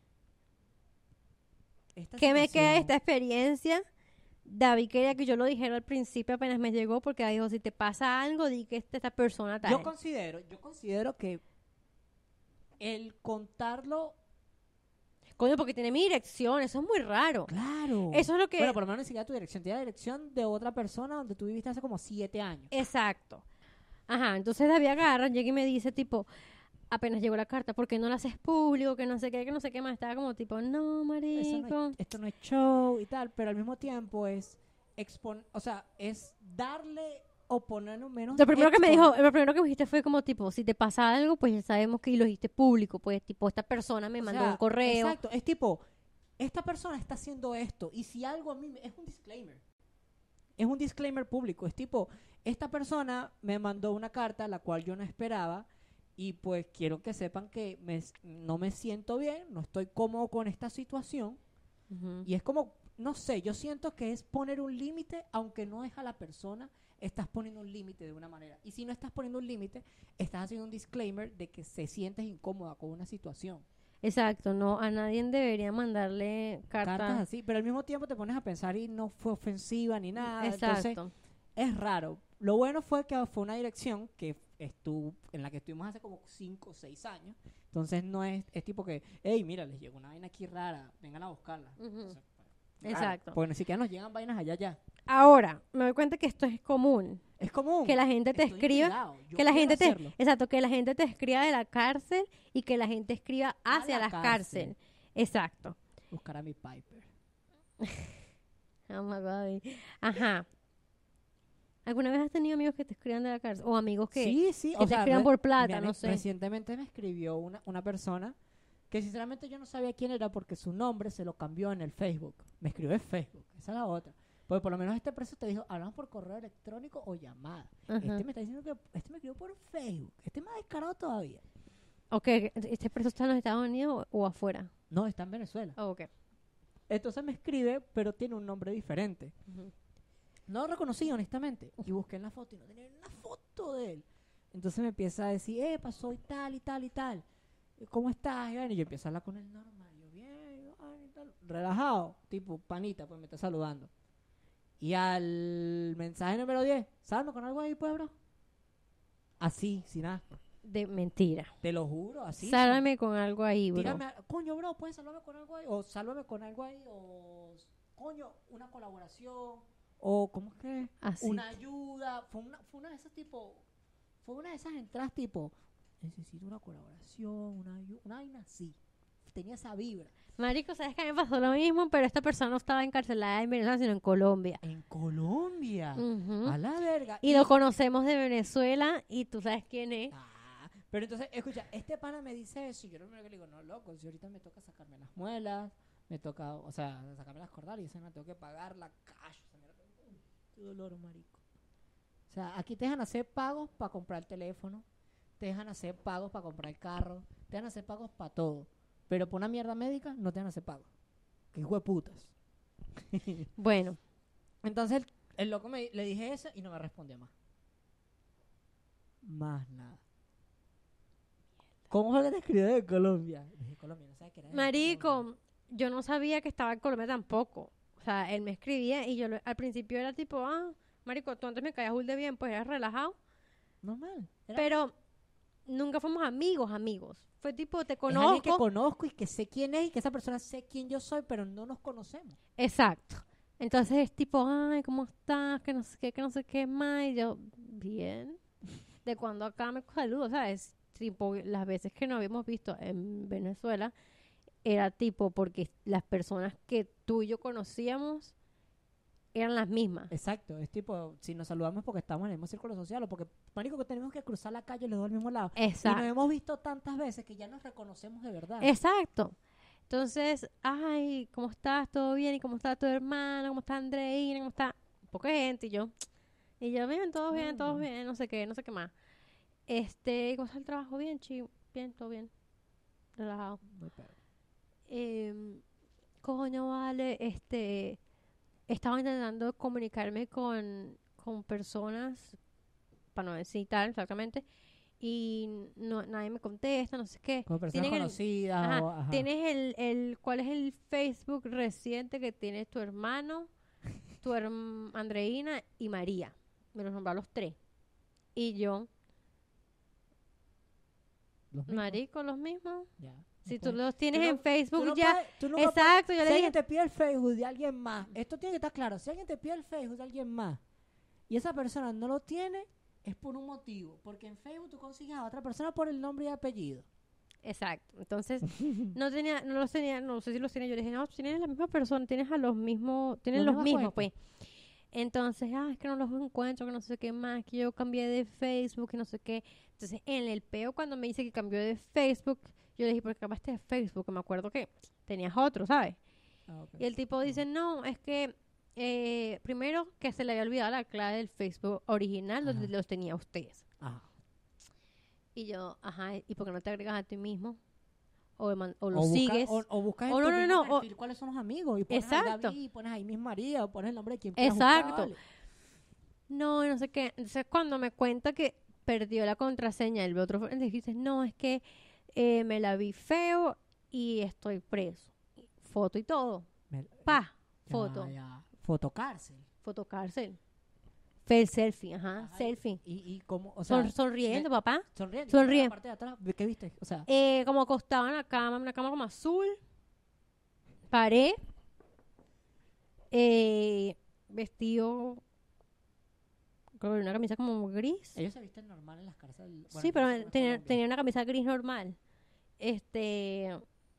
¿Qué me queda de esta experiencia? David quería que yo lo dijera al principio apenas me llegó porque dijo, si te pasa algo, di que esta persona tal. Yo considero que el contarlo... Coño, porque tiene mi dirección, eso es muy raro. Claro. Eso es lo que... Bueno, por lo menos ni siquiera tu dirección, tiene la dirección de otra persona donde tú viviste hace como 7 años. Exacto. Ajá, entonces David agarra, llega y me dice tipo, apenas llegó la carta, ¿por qué no la haces público? Que no sé qué más. Estaba como tipo, no, marico. Esto no es show y tal, pero al mismo tiempo es es darle o ponerlo menos. Lo primero que me dijo, lo primero que me dijiste fue como tipo, si te pasa algo, pues ya sabemos que lo dijiste público, pues tipo, esta persona me mandó un correo. Exacto, es tipo, esta persona está haciendo esto y si algo a mí es un disclaimer. Es un disclaimer público, es tipo, esta persona me mandó una carta la cual yo no esperaba y pues quiero que sepan que no me siento bien, no estoy cómodo con esta situación. Uh-huh. Y es como, no sé, yo siento que es poner un límite, aunque no es a la persona, estás poniendo un límite de una manera. Y si no estás poniendo un límite, estás haciendo un disclaimer de que se sientes incómoda con una situación. Exacto, no, a nadie debería mandarle Cartas así, pero al mismo tiempo te pones a pensar y no fue ofensiva ni nada. Exacto. Entonces, es raro. Lo bueno fue que fue una dirección que en la que estuvimos hace como 5 o 6 años. Entonces no es tipo que, hey, mira, les llegó una vaina aquí rara, vengan a buscarla. Uh-huh. Entonces, exacto. Porque ni siquiera nos llegan vainas allá. Ahora, me doy cuenta que esto es común. Es común. Que la gente te escriba, que la gente te escriba de la cárcel y que la gente escriba hacia la cárcel. Exacto. Buscar a mi Piper. Oh my God. Ajá. ¿Alguna vez has tenido amigos que te escriban de la cárcel? O amigos que te escriban por plata, no sé. Recientemente me escribió una persona que sinceramente yo no sabía quién era porque su nombre se lo cambió en el Facebook. Me escribió en Facebook. Esa es la otra. Porque por lo menos este preso te dijo, hablamos por correo electrónico o llamada. Uh-huh. Este me está diciendo que este me escribió por Facebook. Este más descarado todavía. Ok, ¿este preso está en los Estados Unidos o afuera? No, está en Venezuela. Oh, ok. Entonces me escribe, pero tiene un nombre diferente. Uh-huh. No lo reconocí, honestamente. Y busqué en la foto y no tenía una foto de él. Entonces me empieza a decir, pasó y tal, y tal, y tal. ¿Cómo estás? Y bueno, yo empiezo a hablar con él normal. Yo, bien, y tal. Relajado, tipo panita, pues me está saludando. Y al mensaje número 10, ¿salme con algo ahí, pues, bro? Así, sin nada. De mentira. Te lo juro, así. Sálvame con algo ahí, bro. Dígame, coño, bro, ¿puedes salvarme con algo ahí? O sálvame con algo ahí. O, coño, una colaboración. O, ¿cómo es que? Así. Una ayuda. Fue una de esas tipo... Fue una de esas entradas tipo... Necesito una colaboración, una ayuda. Una vaina así. Tenía esa vibra. Marico, ¿sabes que a mí me pasó lo mismo? Pero esta persona no estaba encarcelada en Venezuela, sino en Colombia. En Colombia. Uh-huh. A la verga. Y lo conocemos de Venezuela y tú sabes quién es. Pero entonces, escucha, este pana me dice eso y yo lo primero que le digo, no, loco, si ahorita me toca sacarme las muelas, me toca, o sea, sacarme las cordales y esa me tengo que pagar la cash. O sea, qué dolor, marico. O sea, aquí te dejan hacer pagos para comprar el teléfono, te dejan hacer pagos para comprar el carro, te dejan hacer pagos para todo. Pero por una mierda médica no te dejan hacer pagos. Qué hijo de putas. Bueno. Entonces el loco le dije eso y no me respondió más. Más nada. ¿Cómo fue que te escribió de Colombia? Dije Colombia, no sabes qué era. Marico, yo no sabía que estaba en Colombia tampoco. O sea, él me escribía y yo al principio era tipo, marico, tú antes me caías full de bien, pues eras relajado. Normal. Pero nunca fuimos amigos. Fue tipo, te conozco. Es alguien que conozco y que sé quién es y que esa persona sé quién yo soy, pero no nos conocemos. Exacto. Entonces es tipo, ay, ¿cómo estás? Que no sé qué más. Y yo, bien. De cuando acá me saludo, ¿sabes? Tipo, las veces que nos habíamos visto en Venezuela, era tipo, porque las personas que tú y yo conocíamos eran las mismas. Exacto, es tipo, si nos saludamos porque estamos en el mismo círculo social o porque, marico, que tenemos que cruzar la calle los dos al mismo lado. Exacto. Y nos hemos visto tantas veces que ya nos reconocemos de verdad. Exacto. Entonces, ay, ¿cómo estás? ¿Todo bien? ¿Y cómo está tu hermano? ¿Cómo está Andreina? ¿Cómo está? Poca gente. Y yo, bien, todos bien, no sé qué más. ¿Cómo está el trabajo? Bien, bien, todo bien. Relajado. Coño, vale, estaba intentando comunicarme con personas, para no decir tal exactamente, y nadie me contesta, no sé qué. Con personas conocidas. ¿Tienes cuál es el Facebook reciente que tiene tu hermano, tu Andreina y María? Me los nombró a los 3. Y yo, marico, los mismos. Ya. Si tú los tienes en Facebook ya. Exacto, yo le dije. Si alguien te pide el Facebook de alguien más, esto tiene que estar claro. Si alguien te pide el Facebook de alguien más y esa persona no lo tiene, es por un motivo. Porque en Facebook tú consigues a otra persona por el nombre y apellido. Exacto. Entonces, no los tenía, no sé si los tenía. Yo le dije, no, tienes la misma persona, tienes a los mismos, tienen los mismos, pues. Entonces, es que no los encuentro, que no sé qué más, que yo cambié de Facebook, que no sé qué. Entonces, en el peo, cuando me dice que cambió de Facebook, yo le dije, ¿por qué cambiaste de Facebook? Que me acuerdo que tenías otro, ¿sabes? Okay. Y el tipo dice, no, es que primero que se le había olvidado la clave del Facebook original donde los tenía ustedes. Y yo, ¿y por qué no te agregas a ti mismo? O lo sigues. O buscas en tu mismo perfil cuáles son los amigos. Y pones ahí David, y pones ahí Miss María, o pones el nombre de quien quieras buscar. Vale. No sé qué. Entonces, cuando me cuenta que perdió la contraseña del otro, le dices, no, es que me la vi feo y estoy preso. Foto y todo. Foto. Fotocárcel. Selfie, selfie. ¿Y cómo? O sea, sonriendo, papá. Sonriendo. La parte de atrás, ¿qué viste? O sea, como acostado en la cama, una cama como azul. Pared. Vestido con una camisa como gris. Ellos se visten normal en las cárceles. Sí, pero tenía una camisa gris normal. Se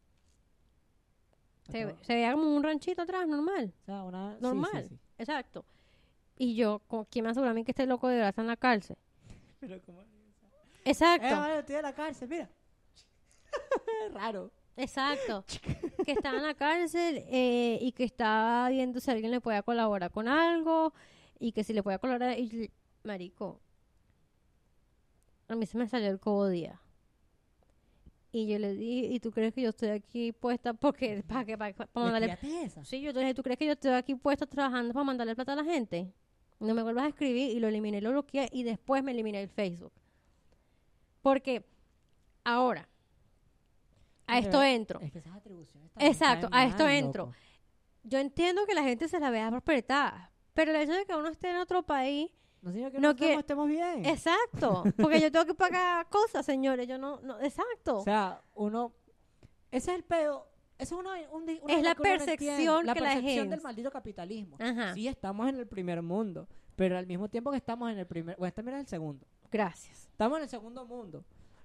veía como un ranchito atrás, normal. O sea, normal. Sí. Exacto. Y yo, ¿quién me asegura a mí que este loco de verdad está en la cárcel? Pero ¿cómo? Exacto. Vale, estoy en la cárcel, mira. Raro. Exacto. Que estaba en la cárcel y que estaba viendo si alguien le podía colaborar con algo y que si le podía colaborar. Y, marico, a mí se me salió el codía. Y yo le dije, ¿y tú crees que yo estoy aquí puesta porque para mandarle? Esa? Sí, yo te dije, ¿tú crees que yo estoy aquí puesta trabajando para mandarle plata a la gente? No me vuelvas a escribir. Y lo eliminé, lo bloqueé y después me eliminé el Facebook. Porque ahora, a esto entro. Es que esas atribuciones exacto, a esto mal, entro. Yo entiendo que la gente se la vea apretada, pero el hecho de que uno esté en otro país No significa que No nosotros estemos bien. Exacto, porque yo tengo que pagar cosas, señores, yo no, exacto. O sea, ese es el pedo. Esa es una es la que uno no percepción entiende. La que la percepción gente. del maldito capitalismo. Ajá. Sí, estamos en el primer mundo, pero al mismo tiempo que estamos en el primer... Bueno, también es el segundo. Gracias. Estamos en el segundo mundo.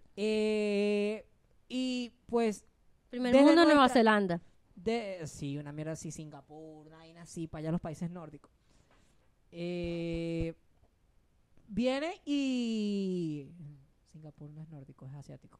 Y pues... Primer mundo, Nueva Zelanda. Sí, una mierda así, Singapur, una vaina así, para allá los países nórdicos. Viene y... Singapur no es nórdico, es asiático.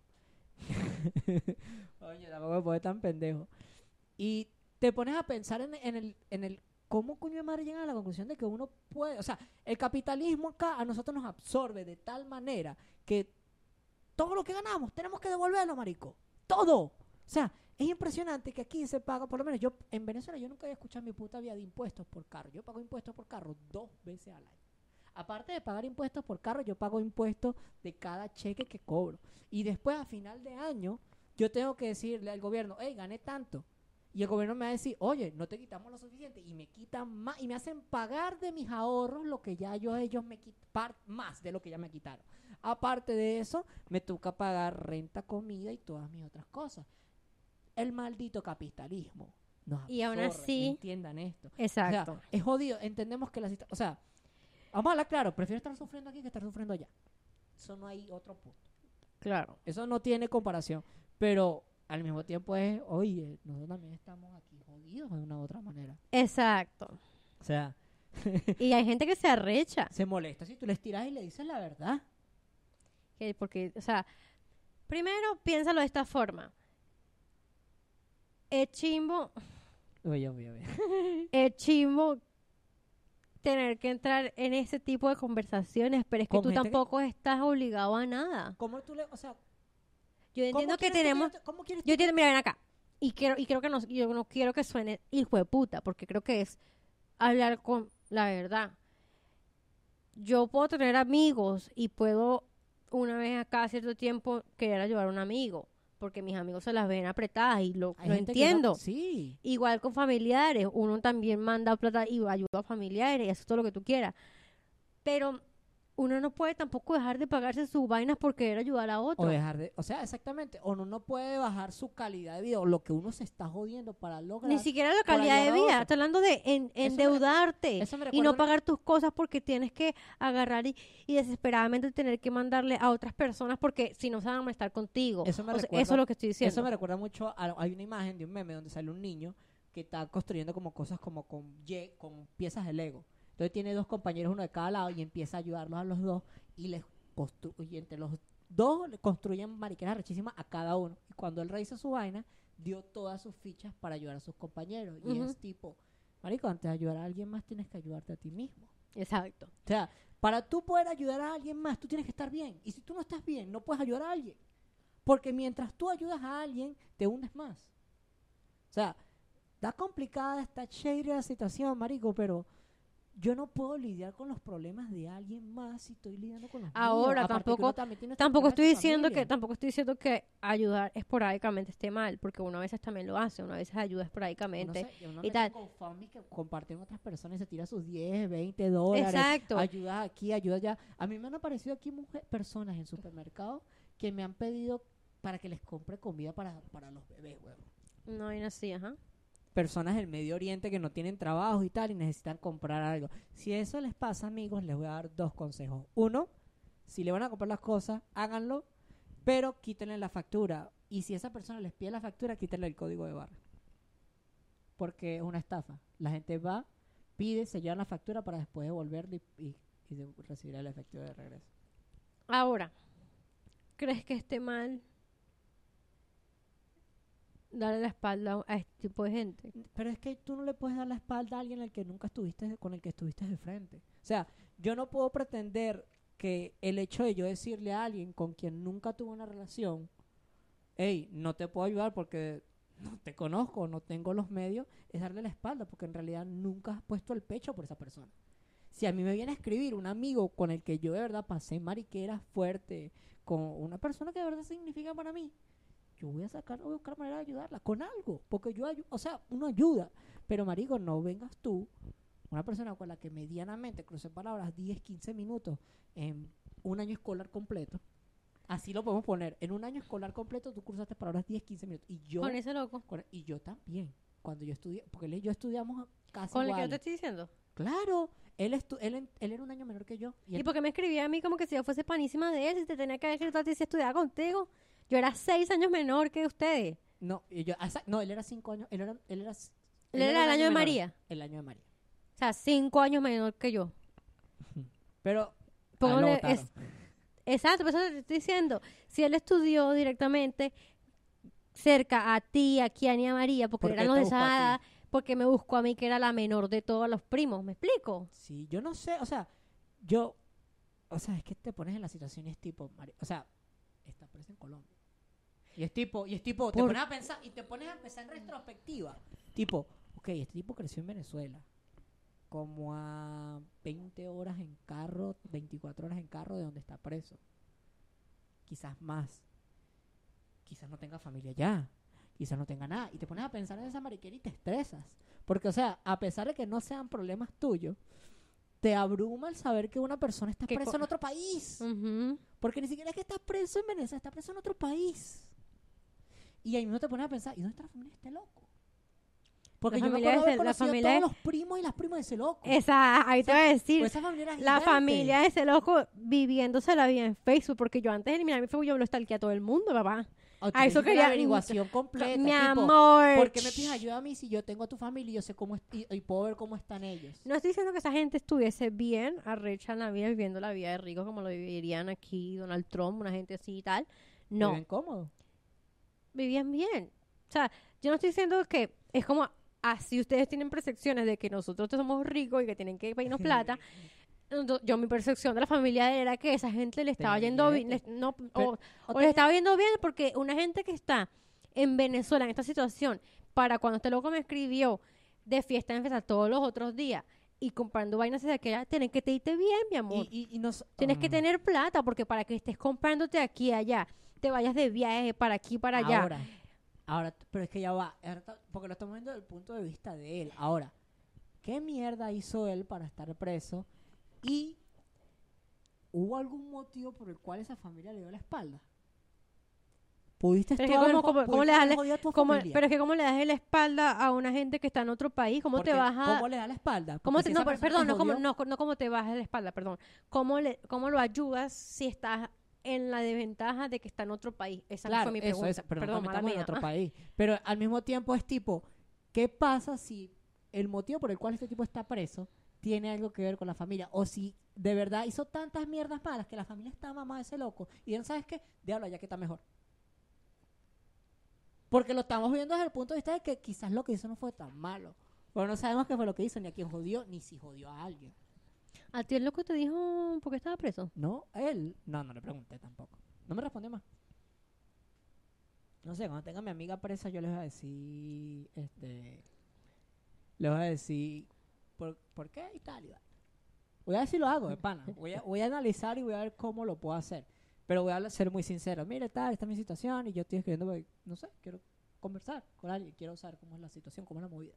Oye, tampoco me puede tan pendejo. Y te pones a pensar en el cómo coño de madre llegan a la conclusión de que uno puede... O sea, el capitalismo acá a nosotros nos absorbe de tal manera que todo lo que ganamos tenemos que devolverlo, marico. Todo. O sea, es impresionante que aquí se paga, por lo menos yo, en Venezuela yo nunca había escuchado mi puta vida de impuestos por carro. Yo pago impuestos por carro 2 veces al año. Aparte de pagar impuestos por carro, yo pago impuestos de cada cheque que cobro. Y después, a final de año, yo tengo que decirle al gobierno, hey, gané tanto. Y el gobierno me va a decir, oye, no te quitamos lo suficiente. Y me quitan más, y me hacen pagar de mis ahorros lo que ya ellos me quitan, más de lo que ya me quitaron. Aparte de eso, me toca pagar renta, comida y todas mis otras cosas. El maldito capitalismo nos absorbe, y aún así, entiendan esto. Exacto. O sea, es jodido, entendemos que la situación, o sea, vamos a hablar claro, prefiero estar sufriendo aquí que estar sufriendo allá. Eso no hay otro punto. Claro. Eso no tiene comparación. Pero al mismo tiempo es, oye, nosotros también estamos aquí jodidos de una u otra manera. Exacto. O sea... y hay gente que se arrecha. Se molesta si tú les tiras y le dices la verdad. Porque, o sea, primero piénsalo de esta forma. Es chimbo... es chimbo tener que entrar en ese tipo de conversaciones, pero es que tú tampoco estás obligado a nada. ¿Cómo tú le, o sea, yo entiendo que tenemos, yo entiendo, mira, ven acá, y creo que no, yo no quiero que suene hijo de puta, porque creo que es hablar con la verdad. Yo puedo tener amigos y puedo una vez a cada cierto tiempo querer ayudar a un amigo, porque mis amigos se las ven apretadas y lo entiendo. No, sí. Igual con familiares, uno también manda plata y ayuda a familiares y hace todo lo que tú quieras. Pero uno no puede tampoco dejar de pagarse sus vainas por querer ayudar a otro. O sea, exactamente. O uno no puede bajar su calidad de vida o lo que uno se está jodiendo para lograr. Ni siquiera la calidad de vida. Estoy hablando de endeudarte y no pagar tus cosas porque tienes que agarrar y desesperadamente tener que mandarle a otras personas porque si no se van a molestar contigo. Eso es lo que estoy diciendo. Eso me recuerda mucho hay una imagen de un meme donde sale un niño que está construyendo como cosas como con piezas de Lego. Entonces tiene 2 compañeros, uno de cada lado, y empieza a ayudarlos a los 2 y les construye, entre los 2 le construyen mariqueras rechísimas a cada uno. Y cuando él rehizo su vaina, dio todas sus fichas para ayudar a sus compañeros. Y es tipo, marico, antes de ayudar a alguien más tienes que ayudarte a ti mismo. Exacto. O sea, para tú poder ayudar a alguien más, tú tienes que estar bien. Y si tú no estás bien, no puedes ayudar a alguien. Porque mientras tú ayudas a alguien, te hundes más. O sea, está complicada, está shady la situación, marico, pero... yo no puedo lidiar con los problemas de alguien más si estoy lidiando con los ahora míos. tampoco estoy diciendo que ayudar esporádicamente esté mal, porque uno a veces también lo hace, uno a veces ayuda esporádicamente uno y tal. Con GoFundMe que comparten otras personas y se tira sus 10, 20 dólares. Exacto. Ayudas aquí, ayuda allá. A mí me han aparecido aquí personas en supermercados que me han pedido para que les compre comida para los bebés, huevón. No hay así, ajá. Personas del Medio Oriente que no tienen trabajo y tal y necesitan comprar algo. Si eso les pasa, amigos, les voy a dar 2 consejos. 1, si le van a comprar las cosas, háganlo, pero quítenle la factura. Y si esa persona les pide la factura, quítenle el código de barra. Porque es una estafa. La gente va, pide, se lleva la factura para después devolverlo y recibir el efectivo de regreso. Ahora, ¿crees que esté mal darle la espalda a este tipo de gente? Pero es que tú no le puedes dar la espalda a alguien con el que estuviste de frente. O sea, yo no puedo pretender que el hecho de yo decirle a alguien con quien nunca tuve una relación, hey, no te puedo ayudar porque no te conozco, no tengo los medios, es darle la espalda porque en realidad nunca has puesto el pecho por esa persona. Si a mí me viene a escribir un amigo con el que yo de verdad pasé mariquera fuerte, con una persona que de verdad significa para mí, yo voy a buscar manera de ayudarla con algo, porque uno ayuda, pero marico, no vengas tú una persona con la que medianamente crucé palabras 10, 15 minutos en un año escolar completo, así lo podemos poner, en un año escolar completo tú cruzaste palabras 10, 15 minutos. Y yo, con ese loco. Y yo también, cuando yo estudié, porque él y yo estudiamos casi ¿Con el que igual. yo te estoy diciendo? Claro, él era un año menor que yo. ¿Y por qué me escribía a mí como que si yo fuese panísima de él, si te tenía que haber escrito a ti si estudiaba contigo? Yo era 6 años menor que ustedes. No, él era 5 años, él era el año de menor, María. El año de María. O sea, 5 años menor que yo. Pero exacto, por eso te estoy diciendo. Si él estudió directamente cerca a ti, a Kian y a María, porque eran los de esa edad, porque me buscó a mí, que era la menor de todos los primos. ¿Me explico? Sí, yo no sé, es que te pones en la situación y es tipo, está preso en Colombia. Y es tipo, te pones a pensar, y te pones a pensar en retrospectiva. Tipo, ok, este tipo creció en Venezuela, como a 20 horas en carro, 24 horas en carro de donde está preso. Quizás más. Quizás no tenga familia ya. Quizás no tenga nada. Y te pones a pensar en esa mariquera y te estresas. Porque, o sea, a pesar de que no sean problemas tuyos, te abruma el saber que una persona está presa en otro país. Uh-huh. Porque ni siquiera es que está preso en Venezuela, está preso en otro país. Y ahí mismo te pones a pensar, ¿y dónde está la familia de este loco? Porque yo me acuerdo de haber conocido a todos los primos y las primas de ese loco. Ahí te voy a decir. Pues esa familia era la familia de ese loco viviéndose la vida en Facebook, porque yo antes de eliminar mi Facebook yo lo stalkeé a todo el mundo, papá. A eso quería averiguación completa. Mi amor. ¿Por qué me pides ayuda a mí si yo tengo a tu familia y yo sé cómo y puedo ver cómo están ellos? No estoy diciendo que esa gente estuviese bien arrecha en la vida, viviendo la vida de rico como lo vivirían aquí Donald Trump, una gente así y tal. No. ¿Viven cómodo? Vivían bien. O sea, yo no estoy diciendo que es como así ustedes tienen percepciones de que nosotros somos ricos y que tienen que pedirnos plata. Yo mi percepción de la familia era que esa gente le estaba yendo bien, le estaba yendo bien, porque una gente que está en Venezuela en esta situación, para cuando este loco me escribió de fiesta en fiesta todos los otros días y comprando vainas de aquella, tienes que te irte bien, mi amor. Tienes que tener plata, porque para que estés comprándote aquí y allá, te vayas de viaje para aquí y para allá. Ahora, pero es que ya va, porque lo estamos viendo desde el punto de vista de él. Ahora, ¿qué mierda hizo él para estar preso? ¿Y hubo algún motivo por el cual esa familia le dio la espalda? ¿Pudiste tú ¿cómo le das pero es que cómo le das la espalda a una gente que está en otro país? ¿Cómo te vas a...? ¿Cómo le das la espalda? ¿Cómo te vas a la espalda, perdón. ¿Cómo lo ayudas si estás en la desventaja de que está en otro país? Esa no fue mi pregunta. Perdón, estamos en otro país. Pero al mismo tiempo es tipo, ¿qué pasa si el motivo por el cual este tipo está preso tiene algo que ver con la familia? O si de verdad hizo tantas mierdas malas que la familia está mamada de ese loco y ya ¿sabes qué? Déjalo ya que está mejor. Porque lo estamos viendo desde el punto de vista de que quizás lo que hizo no fue tan malo. Pero no sabemos qué fue lo que hizo, ni a quién jodió, ni si jodió a alguien. ¿A ti el loco te dijo por qué estaba preso? No, él. No le pregunté tampoco. No me respondió más. No sé, cuando tenga a mi amiga presa yo les voy a decir, les voy a decir ¿por qué y tal? Voy a ver si lo hago, de pana. Voy a analizar y voy a ver cómo lo puedo hacer. Pero voy a ser muy sincero. Mire, esta es mi situación y yo estoy escribiendo porque, no sé, quiero conversar con alguien. Quiero saber cómo es la situación, cómo es la movida.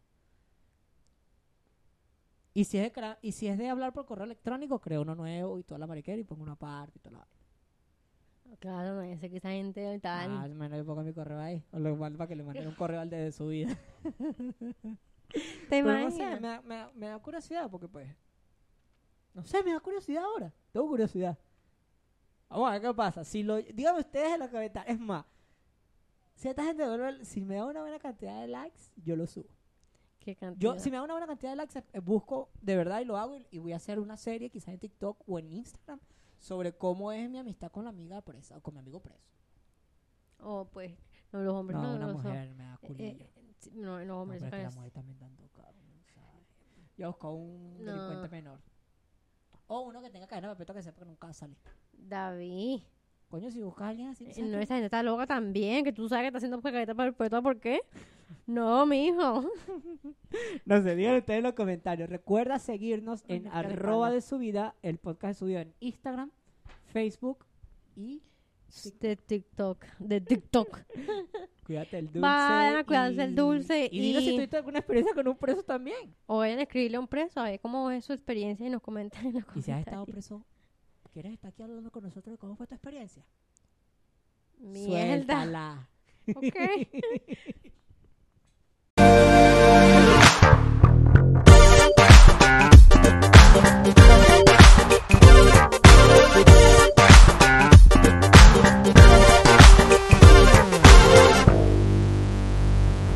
Y si es de hablar por correo electrónico, creo uno nuevo y toda la mariquera y pongo una parte y toda la vaina. Claro, no sé que esa gente tal. Menos que ponga mi correo ahí. O lo igual para que le manden un correo al de su vida. ¿Te imaginas? No sé, me da curiosidad porque pues... No sé, me da curiosidad ahora. Tengo curiosidad. Vamos a ver qué pasa. Díganme ustedes en los comentarios. Es más, si me da una buena cantidad de likes, yo lo subo. ¿Qué cantidad? Si me da una buena cantidad de likes, busco de verdad y lo hago y voy a hacer una serie quizás en TikTok o en Instagram sobre cómo es mi amistad con la amiga presa o con mi amigo preso. Oh, pues, no, los hombres no. Una mujer me da culillo. No, los hombres no, pero es que la mujer también tan tocada. Yo busco un delincuente menor. O uno que tenga cadena perpetua que sepa que nunca va a salir. David. Coño, si buscas a alguien así... No, esa gente está loca también, que tú sabes que está haciendo cadena perpetua, ¿por qué? No, mijo. No sé, digan ustedes en los comentarios. Recuerda seguirnos en @desuvida, el podcast de Subido en Instagram, Facebook y de TikTok. Cuídate el dulce. Vayan a cuidarse el dulce. Y dinos si tuviste alguna experiencia con un preso también. O vayan a escribirle a un preso a ver cómo es su experiencia y nos comentan en los Y si has comentarios. estado preso, ¿quieres estar aquí hablando con nosotros de cómo fue tu experiencia? Mierda. Suéltala. Ok.